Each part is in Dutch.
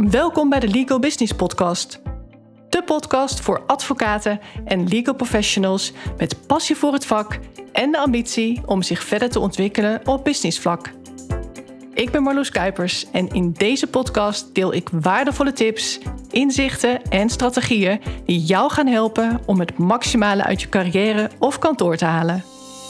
Welkom bij de Legal Business Podcast. De podcast voor advocaten en legal professionals met passie voor het vak en de ambitie om zich verder te ontwikkelen op businessvlak. Ik ben Marloes Kuipers en in deze podcast deel ik waardevolle tips, inzichten en strategieën die jou gaan helpen om het maximale uit je carrière of kantoor te halen.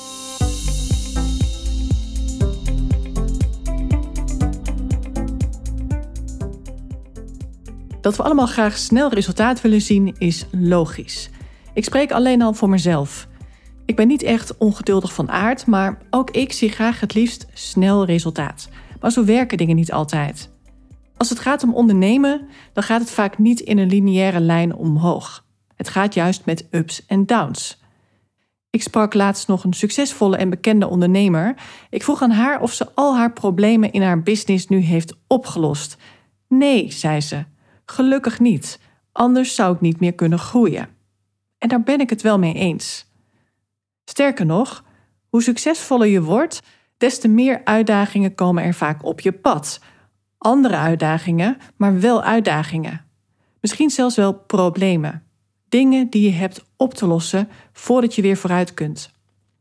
Dat we allemaal graag snel resultaat willen zien is logisch. Ik spreek alleen al voor mezelf. Ik ben niet echt ongeduldig van aard, maar ook ik zie graag het liefst snel resultaat. Maar zo werken dingen niet altijd. Als het gaat om ondernemen, dan gaat het vaak niet in een lineaire lijn omhoog. Het gaat juist met ups en downs. Ik sprak laatst nog een succesvolle en bekende ondernemer. Ik vroeg aan haar of ze al haar problemen in haar business nu heeft opgelost. Nee, zei ze. Gelukkig niet, anders zou ik niet meer kunnen groeien. En daar ben ik het wel mee eens. Sterker nog, hoe succesvoller je wordt, des te meer uitdagingen komen er vaak op je pad. Andere uitdagingen, maar wel uitdagingen. Misschien zelfs wel problemen. Dingen die je hebt op te lossen voordat je weer vooruit kunt.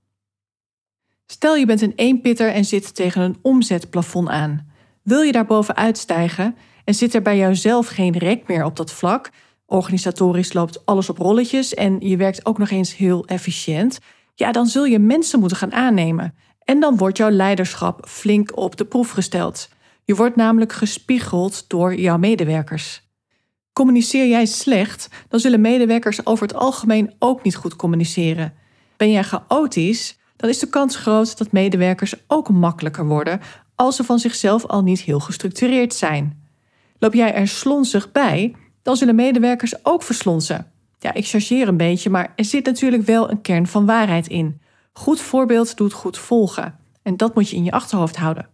Stel je bent een eenpitter en zit tegen een omzetplafond aan. Wil je daar bovenuit stijgen en zit er bij jouzelf geen rek meer op dat vlak, organisatorisch loopt alles op rolletjes en je werkt ook nog eens heel efficiënt, ja, dan zul je mensen moeten gaan aannemen. En dan wordt jouw leiderschap flink op de proef gesteld. Je wordt namelijk gespiegeld door jouw medewerkers. Communiceer jij slecht, dan zullen medewerkers over het algemeen ook niet goed communiceren. Ben jij chaotisch, dan is de kans groot dat medewerkers ook makkelijker worden als ze van zichzelf al niet heel gestructureerd zijn. Loop jij er slonzig bij, dan zullen medewerkers ook verslonzen. Ja, ik chargeer een beetje, maar er zit natuurlijk wel een kern van waarheid in. Goed voorbeeld doet goed volgen. En dat moet je in je achterhoofd houden.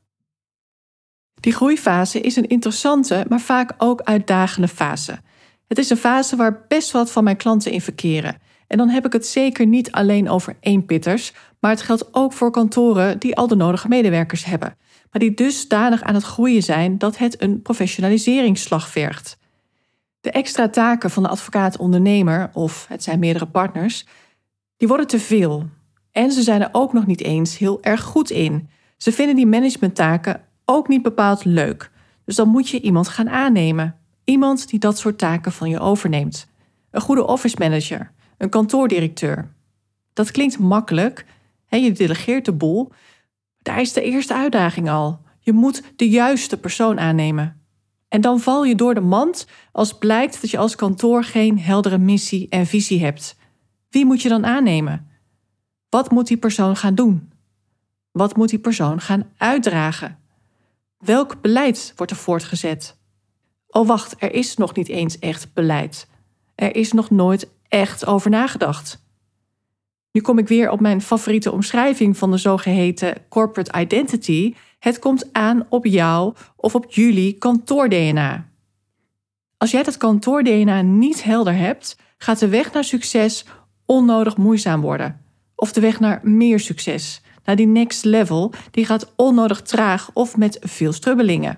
Die groeifase is een interessante, maar vaak ook uitdagende fase. Het is een fase waar best wat van mijn klanten in verkeren. En dan heb ik het zeker niet alleen over eenpitters, maar het geldt ook voor kantoren die al de nodige medewerkers hebben, maar die dusdanig aan het groeien zijn dat het een professionaliseringsslag vergt. De extra taken van de advocaat-ondernemer, of het zijn meerdere partners, die worden te veel. En ze zijn er ook nog niet eens heel erg goed in. Ze vinden die managementtaken ook niet bepaald leuk. Dus dan moet je iemand gaan aannemen. Iemand die dat soort taken van je overneemt. Een goede office manager, een kantoordirecteur. Dat klinkt makkelijk. Je delegeert de boel. Daar is de eerste uitdaging al. Je moet de juiste persoon aannemen. En dan val je door de mand als blijkt dat je als kantoor geen heldere missie en visie hebt. Wie moet je dan aannemen? Wat moet die persoon gaan doen? Wat moet die persoon gaan uitdragen? Welk beleid wordt er voortgezet? Oh wacht, er is nog niet eens echt beleid. Er is nog nooit echt over nagedacht. Nu kom ik weer op mijn favoriete omschrijving van de zogeheten corporate identity. Het komt aan op jou of op jullie kantoor-DNA. Als jij dat kantoor-DNA niet helder hebt, gaat de weg naar succes onnodig moeizaam worden. Of de weg naar meer succes, naar die next level, die gaat onnodig traag of met veel strubbelingen.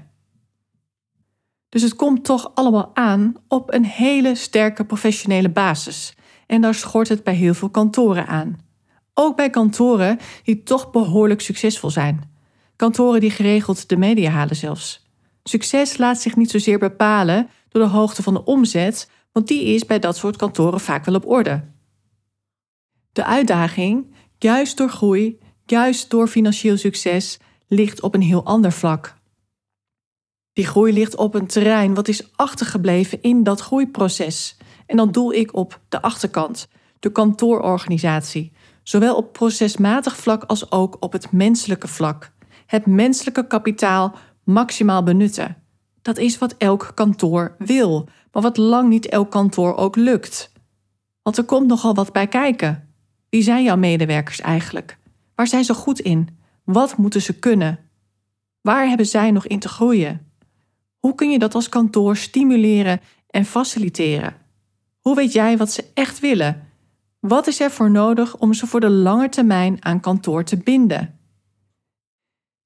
Dus het komt toch allemaal aan op een hele sterke professionele basis. En daar schort het bij heel veel kantoren aan. Ook bij kantoren die toch behoorlijk succesvol zijn. Kantoren die geregeld de media halen zelfs. Succes laat zich niet zozeer bepalen door de hoogte van de omzet, want die is bij dat soort kantoren vaak wel op orde. De uitdaging, juist door groei, juist door financieel succes, ligt op een heel ander vlak. Die groei ligt op een terrein wat is achtergebleven in dat groeiproces. En dan doel ik op de achterkant, de kantoororganisatie. Zowel op procesmatig vlak als ook op het menselijke vlak. Het menselijke kapitaal maximaal benutten. Dat is wat elk kantoor wil, maar wat lang niet elk kantoor ook lukt. Want er komt nogal wat bij kijken. Wie zijn jouw medewerkers eigenlijk? Waar zijn ze goed in? Wat moeten ze kunnen? Waar hebben zij nog in te groeien? Hoe kun je dat als kantoor stimuleren en faciliteren? Hoe weet jij wat ze echt willen? Wat is er voor nodig om ze voor de lange termijn aan kantoor te binden?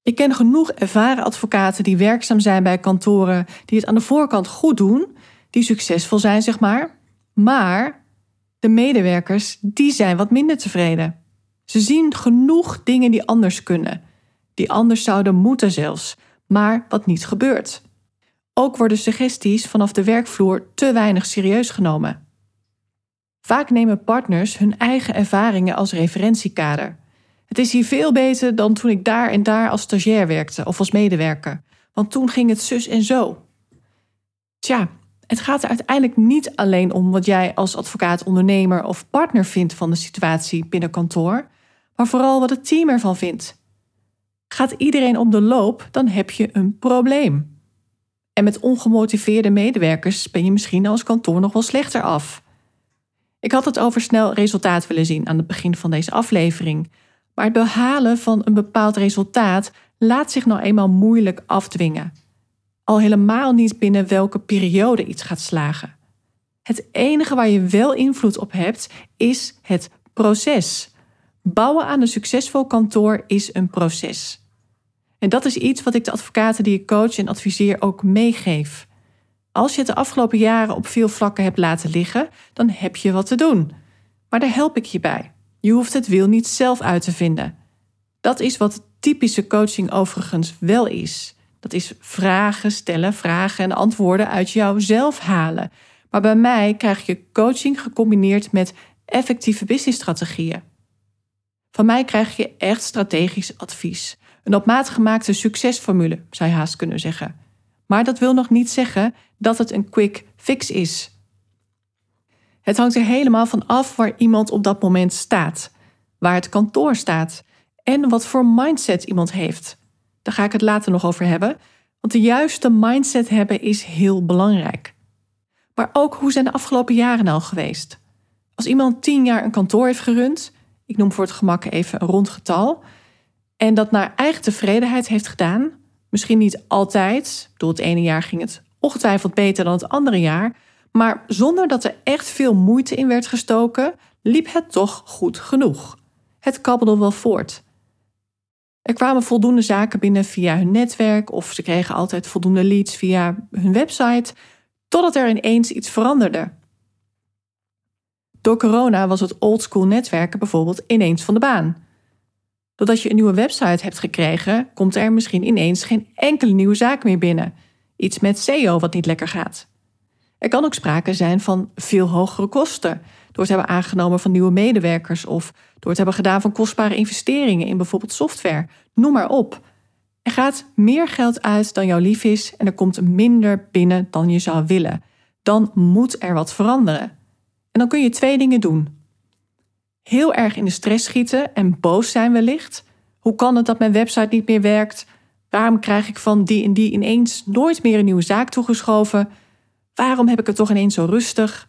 Ik ken genoeg ervaren advocaten die werkzaam zijn bij kantoren, die het aan de voorkant goed doen, die succesvol zijn, zeg maar. Maar de medewerkers, die zijn wat minder tevreden. Ze zien genoeg dingen die anders kunnen, die anders zouden moeten zelfs, maar wat niet gebeurt. Ook worden suggesties vanaf de werkvloer te weinig serieus genomen. Vaak nemen partners hun eigen ervaringen als referentiekader. Het is hier veel beter dan toen ik daar en daar als stagiair werkte of als medewerker, want toen ging het zus en zo. Tja, het gaat er uiteindelijk niet alleen om wat jij als advocaat, ondernemer of partner vindt van de situatie binnen kantoor, maar vooral wat het team ervan vindt. Gaat iedereen om de loop, dan heb je een probleem. En met ongemotiveerde medewerkers ben je misschien als kantoor nog wel slechter af. Ik had het over snel resultaat willen zien aan het begin van deze aflevering. Maar het behalen van een bepaald resultaat laat zich nou eenmaal moeilijk afdwingen. Al helemaal niet binnen welke periode iets gaat slagen. Het enige waar je wel invloed op hebt, is het proces. Bouwen aan een succesvol kantoor is een proces. En dat is iets wat ik de advocaten die ik coach en adviseer ook meegeef. Als je het de afgelopen jaren op veel vlakken hebt laten liggen, dan heb je wat te doen. Maar daar help ik je bij. Je hoeft het wiel niet zelf uit te vinden. Dat is wat typische coaching overigens wel is. Dat is vragen stellen, vragen en antwoorden uit jouzelf halen. Maar bij mij krijg je coaching gecombineerd met effectieve businessstrategieën. Van mij krijg je echt strategisch advies. Een op maat gemaakte succesformule, zou je haast kunnen zeggen. Maar dat wil nog niet zeggen dat het een quick fix is. Het hangt er helemaal van af waar iemand op dat moment staat, waar het kantoor staat en wat voor mindset iemand heeft. Daar ga ik het later nog over hebben, want de juiste mindset hebben is heel belangrijk. Maar ook, hoe zijn de afgelopen jaren nou geweest? Als iemand 10 jaar een kantoor heeft gerund, ik noem voor het gemak even een rond getal, en dat naar eigen tevredenheid heeft gedaan, misschien niet altijd, ik bedoel, het ene jaar ging het ongetwijfeld beter dan het andere jaar, maar zonder dat er echt veel moeite in werd gestoken, liep het toch goed genoeg. Het kabbelde wel voort. Er kwamen voldoende zaken binnen via hun netwerk of ze kregen altijd voldoende leads via hun website, totdat er ineens iets veranderde. Door corona was het oldschool netwerken bijvoorbeeld ineens van de baan. Doordat je een nieuwe website hebt gekregen, komt er misschien ineens geen enkele nieuwe zaak meer binnen. Iets met SEO wat niet lekker gaat. Er kan ook sprake zijn van veel hogere kosten, door het hebben aangenomen van nieuwe medewerkers of door het hebben gedaan van kostbare investeringen in bijvoorbeeld software. Noem maar op. Er gaat meer geld uit dan jou lief is en er komt minder binnen dan je zou willen. Dan moet er wat veranderen. En dan kun je 2 dingen doen. Heel erg in de stress schieten en boos zijn wellicht. Hoe kan het dat mijn website niet meer werkt? Waarom krijg ik van die en die ineens nooit meer een nieuwe zaak toegeschoven? Waarom heb ik het toch ineens zo rustig?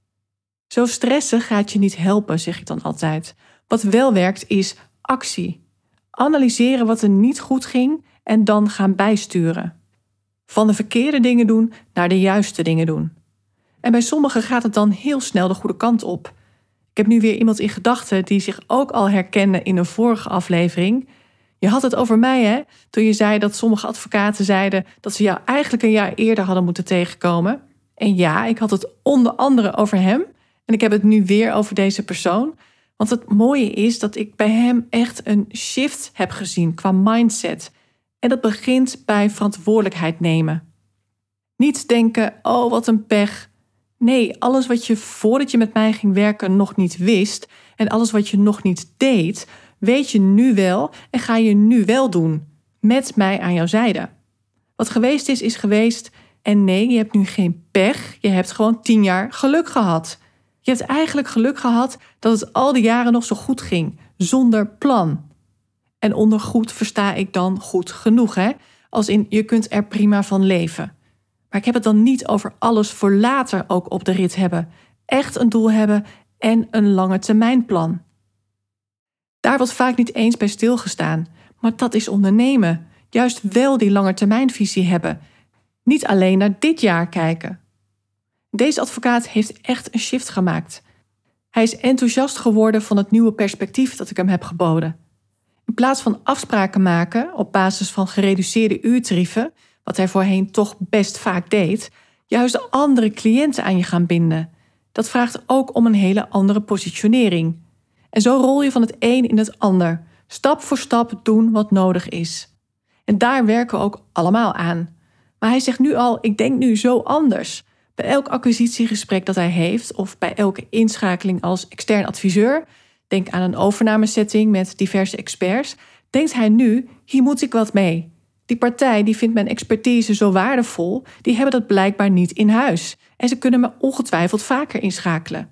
Zo stressen gaat je niet helpen, zeg ik dan altijd. Wat wel werkt is actie. Analyseren wat er niet goed ging en dan gaan bijsturen. Van de verkeerde dingen doen naar de juiste dingen doen. En bij sommigen gaat het dan heel snel de goede kant op. Ik heb nu weer iemand in gedachten die zich ook al herkende in een vorige aflevering. Je had het over mij, hè? Toen je zei dat sommige advocaten zeiden dat ze jou eigenlijk een jaar eerder hadden moeten tegenkomen. En ja, ik had het onder andere over hem. En ik heb het nu weer over deze persoon. Want het mooie is dat ik bij hem echt een shift heb gezien qua mindset. En dat begint bij verantwoordelijkheid nemen. Niet denken, oh wat een pech. Nee, alles wat je voordat je met mij ging werken nog niet wist en alles wat je nog niet deed, weet je nu wel en ga je nu wel doen. Met mij aan jouw zijde. Wat geweest is geweest en nee, je hebt nu geen pech. Je hebt gewoon 10 jaar geluk gehad. Je hebt eigenlijk geluk gehad dat het al die jaren nog zo goed ging, zonder plan. En onder goed versta ik dan goed genoeg, hè? Als in, je kunt er prima van leven. Maar ik heb het dan niet over alles voor later ook op de rit hebben. Echt een doel hebben en een langetermijnplan. Daar wordt vaak niet eens bij stilgestaan. Maar dat is ondernemen. Juist wel die langetermijnvisie hebben. Niet alleen naar dit jaar kijken. Deze advocaat heeft echt een shift gemaakt. Hij is enthousiast geworden van het nieuwe perspectief dat ik hem heb geboden. In plaats van afspraken maken op basis van gereduceerde uurtarieven, wat hij voorheen toch best vaak deed, juist andere cliënten aan je gaan binden. Dat vraagt ook om een hele andere positionering. En zo rol je van het een in het ander. Stap voor stap doen wat nodig is. En daar werken we ook allemaal aan. Maar hij zegt nu al, ik denk nu zo anders. Bij elk acquisitiegesprek dat hij heeft of bij elke inschakeling als extern adviseur, denk aan een overnamesetting met diverse experts, denkt hij nu, hier moet ik wat mee. Die partij die vindt mijn expertise zo waardevol, die hebben dat blijkbaar niet in huis. En ze kunnen me ongetwijfeld vaker inschakelen.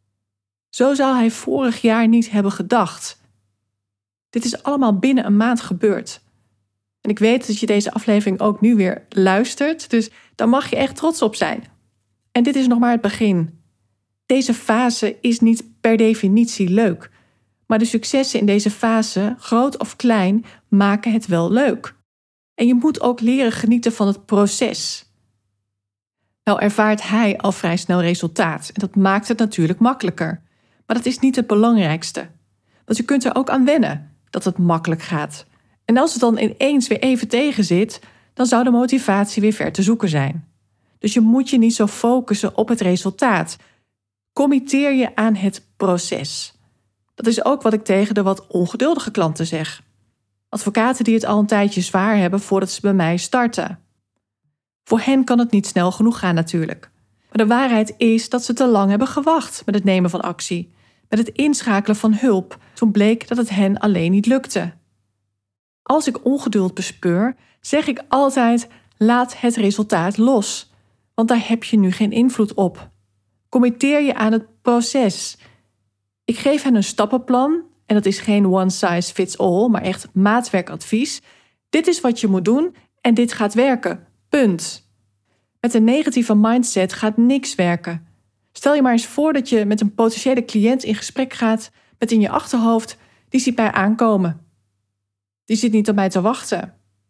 Zo zou hij vorig jaar niet hebben gedacht. Dit is allemaal binnen een maand gebeurd. En ik weet dat je deze aflevering ook nu weer luistert, dus daar mag je echt trots op zijn. En dit is nog maar het begin. Deze fase is niet per definitie leuk. Maar de successen in deze fase, groot of klein, maken het wel leuk. En je moet ook leren genieten van het proces. Nou ervaart hij al vrij snel resultaat. En dat maakt het natuurlijk makkelijker. Maar dat is niet het belangrijkste. Want je kunt er ook aan wennen dat het makkelijk gaat. En als het dan ineens weer even tegen zit, dan zou de motivatie weer ver te zoeken zijn. Dus je moet je niet zo focussen op het resultaat. Committeer je aan het proces. Dat is ook wat ik tegen de wat ongeduldige klanten zeg. Advocaten die het al een tijdje zwaar hebben voordat ze bij mij starten. Voor hen kan het niet snel genoeg gaan natuurlijk. Maar de waarheid is dat ze te lang hebben gewacht met het nemen van actie. Met het inschakelen van hulp, toen bleek dat het hen alleen niet lukte. Als ik ongeduld bespeur, zeg ik altijd, laat het resultaat los. Want daar heb je nu geen invloed op. Committeer je aan het proces. Ik geef hen een stappenplan. En dat is geen one size fits all, maar echt maatwerkadvies. Dit is wat je moet doen en dit gaat werken. Punt. Met een negatieve mindset gaat niks werken. Stel je maar eens voor dat je met een potentiële cliënt in gesprek gaat met in je achterhoofd, die ziet mij aankomen. Die zit niet op mij te wachten.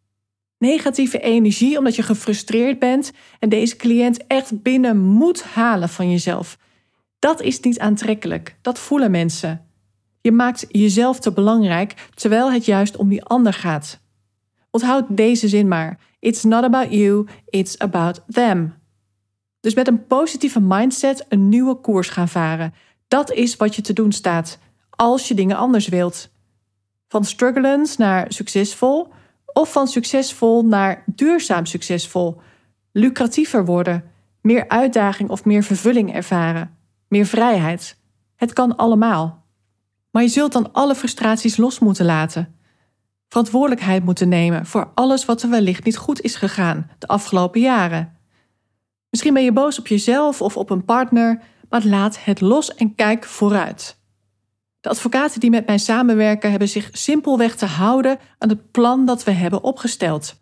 Negatieve energie omdat je gefrustreerd bent en deze cliënt echt binnen moet halen van jezelf. Dat is niet aantrekkelijk. Dat voelen mensen. Je maakt jezelf te belangrijk, terwijl het juist om die ander gaat. Onthoud deze zin maar. It's not about you, it's about them. Dus met een positieve mindset een nieuwe koers gaan varen. Dat is wat je te doen staat, als je dingen anders wilt. Van strugglend naar succesvol, of van succesvol naar duurzaam succesvol. Lucratiever worden, meer uitdaging of meer vervulling ervaren. Meer vrijheid. Het kan allemaal. Maar je zult dan alle frustraties los moeten laten. Verantwoordelijkheid moeten nemen voor alles wat er wellicht niet goed is gegaan de afgelopen jaren. Misschien ben je boos op jezelf of op een partner, maar laat het los en kijk vooruit. De advocaten die met mij samenwerken hebben zich simpelweg te houden aan het plan dat we hebben opgesteld.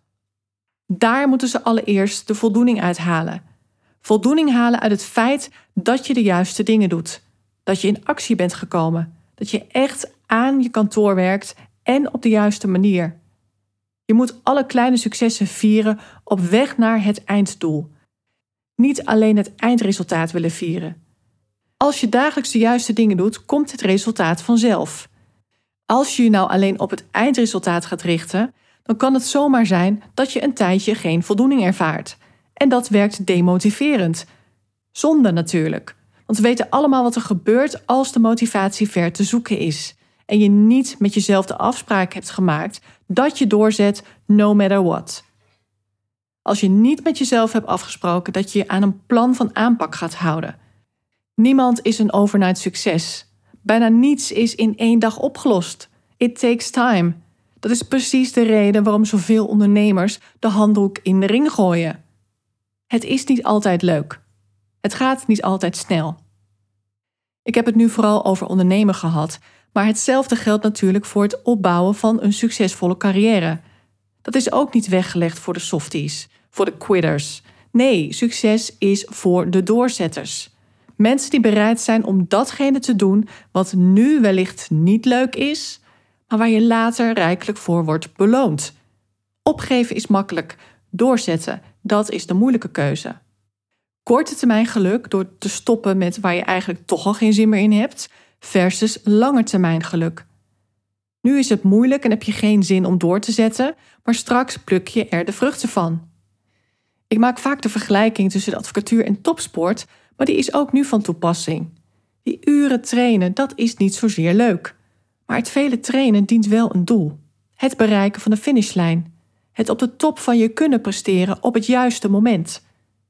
Daar moeten ze allereerst de voldoening uit halen. Voldoening halen uit het feit dat je de juiste dingen doet. Dat je in actie bent gekomen. Dat je echt aan je kantoor werkt en op de juiste manier. Je moet alle kleine successen vieren op weg naar het einddoel. Niet alleen het eindresultaat willen vieren. Als je dagelijks de juiste dingen doet, komt het resultaat vanzelf. Als je je nou alleen op het eindresultaat gaat richten, dan kan het zomaar zijn dat je een tijdje geen voldoening ervaart. En dat werkt demotiverend. Zonde natuurlijk. Want we weten allemaal wat er gebeurt als de motivatie ver te zoeken is. En je niet met jezelf de afspraak hebt gemaakt dat je doorzet no matter what. Als je niet met jezelf hebt afgesproken dat je je aan een plan van aanpak gaat houden. Niemand is een overnight succes. Bijna niets is in 1 dag opgelost. It takes time. Dat is precies de reden waarom zoveel ondernemers de handdoek in de ring gooien. Het is niet altijd leuk. Het gaat niet altijd snel. Ik heb het nu vooral over ondernemen gehad, maar hetzelfde geldt natuurlijk voor het opbouwen van een succesvolle carrière. Dat is ook niet weggelegd voor de softies, voor de quitters. Nee, succes is voor de doorzetters. Mensen die bereid zijn om datgene te doen wat nu wellicht niet leuk is, maar waar je later rijkelijk voor wordt beloond. Opgeven is makkelijk, doorzetten, dat is de moeilijke keuze. Korte termijn geluk door te stoppen met waar je eigenlijk toch al geen zin meer in hebt, versus lange termijn geluk. Nu is het moeilijk en heb je geen zin om door te zetten, maar straks pluk je er de vruchten van. Ik maak vaak de vergelijking tussen de advocatuur en topsport, maar die is ook nu van toepassing. Die uren trainen, dat is niet zozeer leuk. Maar het vele trainen dient wel een doel. Het bereiken van de finishlijn. Het op de top van je kunnen presteren op het juiste moment.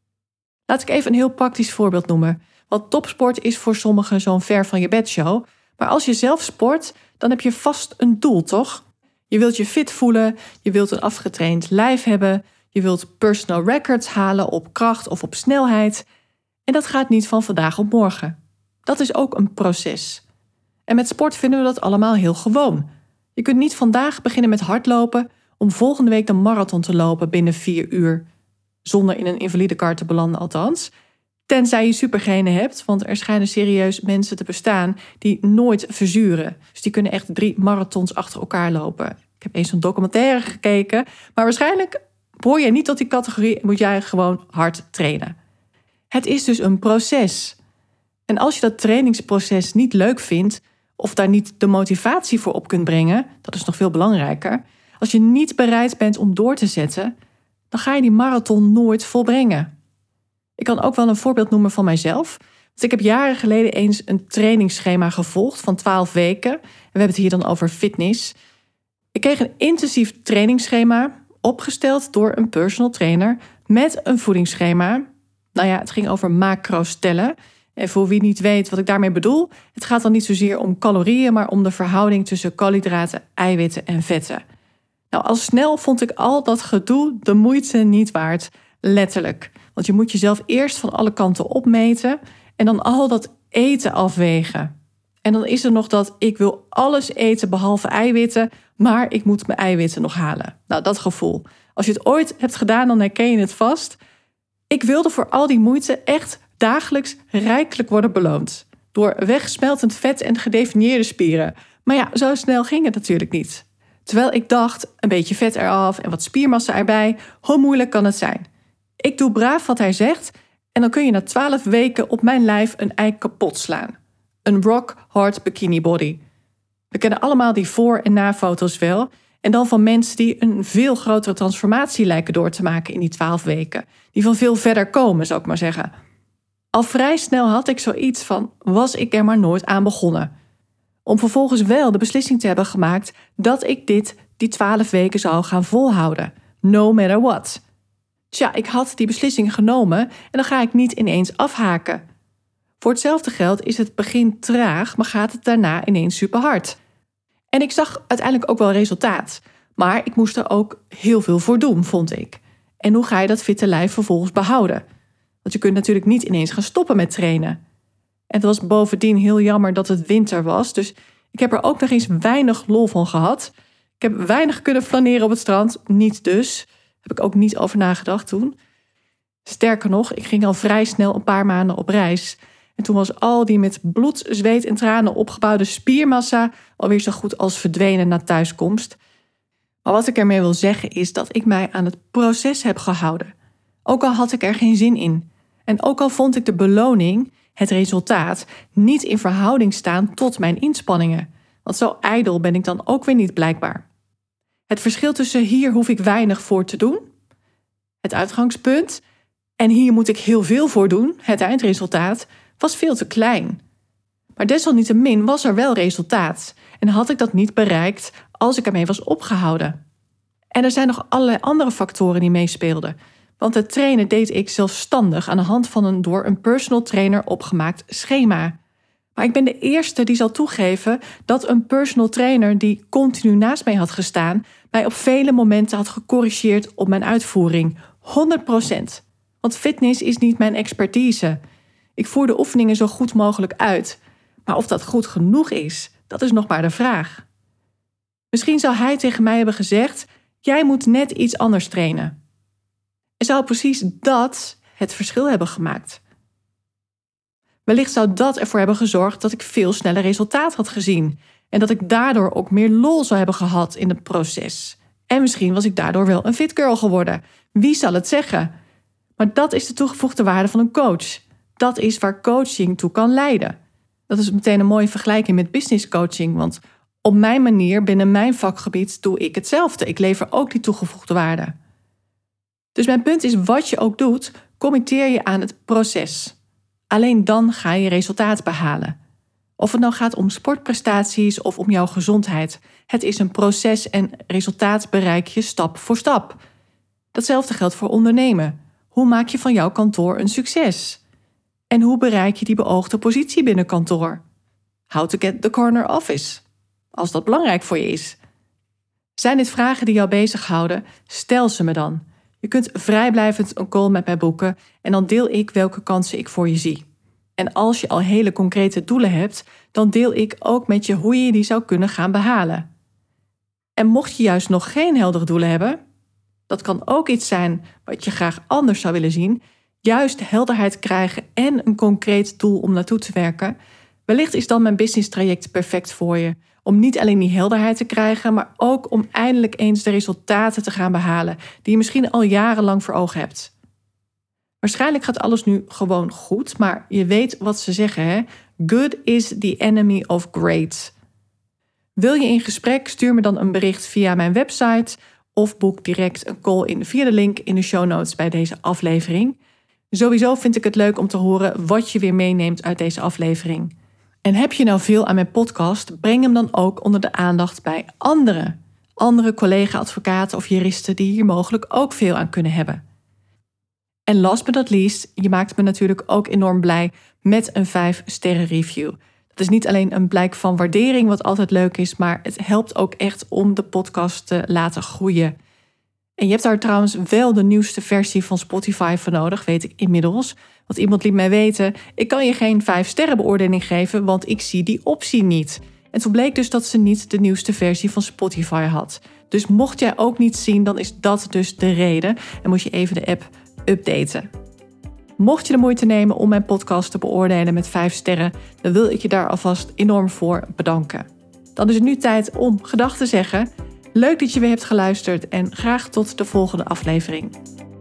Laat ik even een heel praktisch voorbeeld noemen. Want topsport is voor sommigen zo'n ver van je bedshow. Maar als je zelf sport, dan heb je vast een doel, toch? Je wilt je fit voelen, je wilt een afgetraind lijf hebben, je wilt personal records halen op kracht of op snelheid. En dat gaat niet van vandaag op morgen. Dat is ook een proces. En met sport vinden we dat allemaal heel gewoon. Je kunt niet vandaag beginnen met hardlopen om volgende week de marathon te lopen binnen 4 uur. Zonder in een invalidekar te belanden althans. Tenzij je supergenen hebt, want er schijnen serieus mensen te bestaan die nooit verzuren. Dus die kunnen echt 3 marathons achter elkaar lopen. Ik heb eens zo'n documentaire gekeken, maar waarschijnlijk behoor je niet tot die categorie en moet jij gewoon hard trainen. Het is dus een proces. En als je dat trainingsproces niet leuk vindt, of daar niet de motivatie voor op kunt brengen, dat is nog veel belangrijker. Als je niet bereid bent om door te zetten, dan ga je die marathon nooit volbrengen. Ik kan ook wel een voorbeeld noemen van mijzelf. Want ik heb jaren geleden eens een trainingsschema gevolgd van 12 weken. En we hebben het hier dan over fitness. Ik kreeg een intensief trainingsschema opgesteld door een personal trainer met een voedingsschema. Nou ja, het ging over macro's tellen. En voor wie niet weet wat ik daarmee bedoel, het gaat dan niet zozeer om calorieën, maar om de verhouding tussen koolhydraten, eiwitten en vetten. Nou, al snel vond ik al dat gedoe de moeite niet waard, letterlijk. Want je moet jezelf eerst van alle kanten opmeten en dan al dat eten afwegen. En dan is er nog dat ik wil alles eten behalve eiwitten, maar ik moet mijn eiwitten nog halen. Nou, dat gevoel. Als je het ooit hebt gedaan, dan herken je het vast. Ik wilde voor al die moeite echt dagelijks rijkelijk worden beloond. Door wegsmeltend vet en gedefinieerde spieren. Maar ja, zo snel ging het natuurlijk niet. Terwijl ik dacht, een beetje vet eraf en wat spiermassa erbij, hoe moeilijk kan het zijn? Ik doe braaf wat hij zegt en dan kun je na 12 weken op mijn lijf een ei kapot slaan. Een rock hard bikini body. We kennen allemaal die voor- en na-foto's wel. En dan van mensen die een veel grotere transformatie lijken door te maken in die 12 weken. Die van veel verder komen, zou ik maar zeggen. Al vrij snel had ik zoiets van, was ik er maar nooit aan begonnen. Om vervolgens wel de beslissing te hebben gemaakt dat ik die 12 weken zou gaan volhouden. No matter what. Tja, ik had die beslissing genomen en dan ga ik niet ineens afhaken. Voor hetzelfde geld is het begin traag, maar gaat het daarna ineens super hard. En ik zag uiteindelijk ook wel resultaat. Maar ik moest er ook heel veel voor doen, vond ik. En hoe ga je dat fitte lijf vervolgens behouden? Want je kunt natuurlijk niet ineens gaan stoppen met trainen. En het was bovendien heel jammer dat het winter was. Dus ik heb er ook nog eens weinig lol van gehad. Ik heb weinig kunnen flaneren op het strand. Niet dus. Heb ik ook niet over nagedacht toen. Sterker nog, ik ging al vrij snel een paar maanden op reis. En toen was al die met bloed, zweet en tranen opgebouwde spiermassa alweer zo goed als verdwenen na thuiskomst. Maar wat ik ermee wil zeggen is dat ik mij aan het proces heb gehouden. Ook al had ik er geen zin in. En ook al vond ik de beloning, het resultaat, niet in verhouding staan tot mijn inspanningen. Want zo ijdel ben ik dan ook weer niet blijkbaar. Het verschil tussen hier hoef ik weinig voor te doen, het uitgangspunt, en hier moet ik heel veel voor doen, het eindresultaat, was veel te klein. Maar desalniettemin was er wel resultaat en had ik dat niet bereikt als ik ermee was opgehouden. En er zijn nog allerlei andere factoren die meespeelden. Want het trainen deed ik zelfstandig aan de hand van een door een personal trainer opgemaakt schema. Maar ik ben de eerste die zal toegeven dat een personal trainer die continu naast mij had gestaan, mij op vele momenten had gecorrigeerd op mijn uitvoering. 100%. Want fitness is niet mijn expertise. Ik voer de oefeningen zo goed mogelijk uit. Maar of dat goed genoeg is, dat is nog maar de vraag. Misschien zou hij tegen mij hebben gezegd, jij moet net iets anders trainen. En zou precies dat het verschil hebben gemaakt. Wellicht zou dat ervoor hebben gezorgd dat ik veel sneller resultaat had gezien. En dat ik daardoor ook meer lol zou hebben gehad in het proces. En misschien was ik daardoor wel een fit girl geworden. Wie zal het zeggen? Maar dat is de toegevoegde waarde van een coach. Dat is waar coaching toe kan leiden. Dat is meteen een mooie vergelijking met business coaching. Want Op mijn manier, binnen mijn vakgebied, doe ik hetzelfde. Ik lever ook die toegevoegde waarde. Dus mijn punt is, wat je ook doet, committeer je aan het proces. Alleen dan ga je resultaat behalen. Of het nou gaat om sportprestaties of om jouw gezondheid. Het is een proces en resultaat bereik je stap voor stap. Datzelfde geldt voor ondernemen. Hoe maak je van jouw kantoor een succes? En hoe bereik je die beoogde positie binnen kantoor? How to get the corner office, als dat belangrijk voor je is. Zijn dit vragen die jou bezighouden? Stel ze me dan. Je kunt vrijblijvend een call met mij boeken en dan deel ik welke kansen ik voor je zie. En als je al hele concrete doelen hebt, dan deel ik ook met je hoe je die zou kunnen gaan behalen. En mocht je juist nog geen heldere doelen hebben, dat kan ook iets zijn wat je graag anders zou willen zien, juist helderheid krijgen en een concreet doel om naartoe te werken, wellicht is dan mijn business traject perfect voor je. Om niet alleen die helderheid te krijgen, maar ook om eindelijk eens de resultaten te gaan behalen die je misschien al jarenlang voor ogen hebt. Waarschijnlijk gaat alles nu gewoon goed, maar je weet wat ze zeggen, hè? Good is the enemy of great. Wil je in gesprek? Stuur me dan een bericht via mijn website of boek direct een call in via de link in de show notes bij deze aflevering. Sowieso vind ik het leuk om te horen wat je weer meeneemt uit deze aflevering. En heb je nou veel aan mijn podcast, breng hem dan ook onder de aandacht bij andere collega-advocaten of juristen die hier mogelijk ook veel aan kunnen hebben. En last but not least, je maakt me natuurlijk ook enorm blij met een 5-sterren review. Dat is niet alleen een blijk van waardering, wat altijd leuk is, maar het helpt ook echt om de podcast te laten groeien. En je hebt daar trouwens wel de nieuwste versie van Spotify voor nodig, weet ik inmiddels. Want iemand liet mij weten, ik kan je geen 5-sterren beoordeling geven, want ik zie die optie niet. En toen bleek dus dat ze niet de nieuwste versie van Spotify had. Dus mocht jij ook niet zien, dan is dat dus de reden. En moet je even de app updaten. Mocht je de moeite nemen om mijn podcast te beoordelen met 5 sterren, dan wil ik je daar alvast enorm voor bedanken. Dan is het nu tijd om gedag te zeggen. Leuk dat je weer hebt geluisterd en graag tot de volgende aflevering.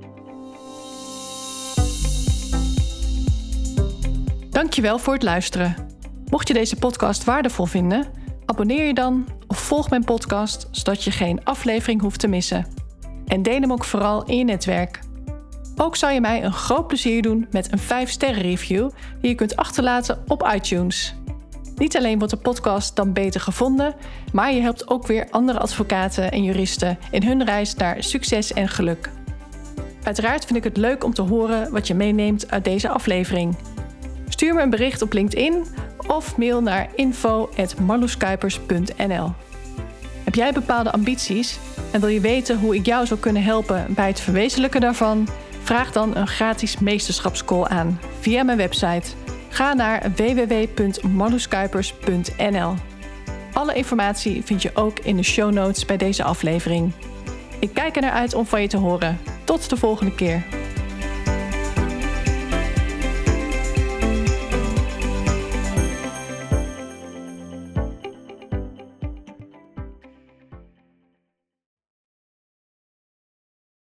Dankjewel voor het luisteren. Mocht je deze podcast waardevol vinden, abonneer je dan of volg mijn podcast, zodat je geen aflevering hoeft te missen. En deel hem ook vooral in je netwerk. Ook zou je mij een groot plezier doen met een 5-sterren review die je kunt achterlaten op iTunes. Niet alleen wordt de podcast dan beter gevonden, maar je helpt ook weer andere advocaten en juristen in hun reis naar succes en geluk. Uiteraard vind ik het leuk om te horen wat je meeneemt uit deze aflevering. Stuur me een bericht op LinkedIn of mail naar info@marloeskuipers.nl. Heb jij bepaalde ambities en wil je weten hoe ik jou zou kunnen helpen bij het verwezenlijken daarvan? Vraag dan een gratis meesterschapscall aan via mijn website. Ga naar www.marloeskuipers.nl. Alle informatie vind je ook in de show notes bij deze aflevering. Ik kijk er naar uit om van je te horen. Tot de volgende keer.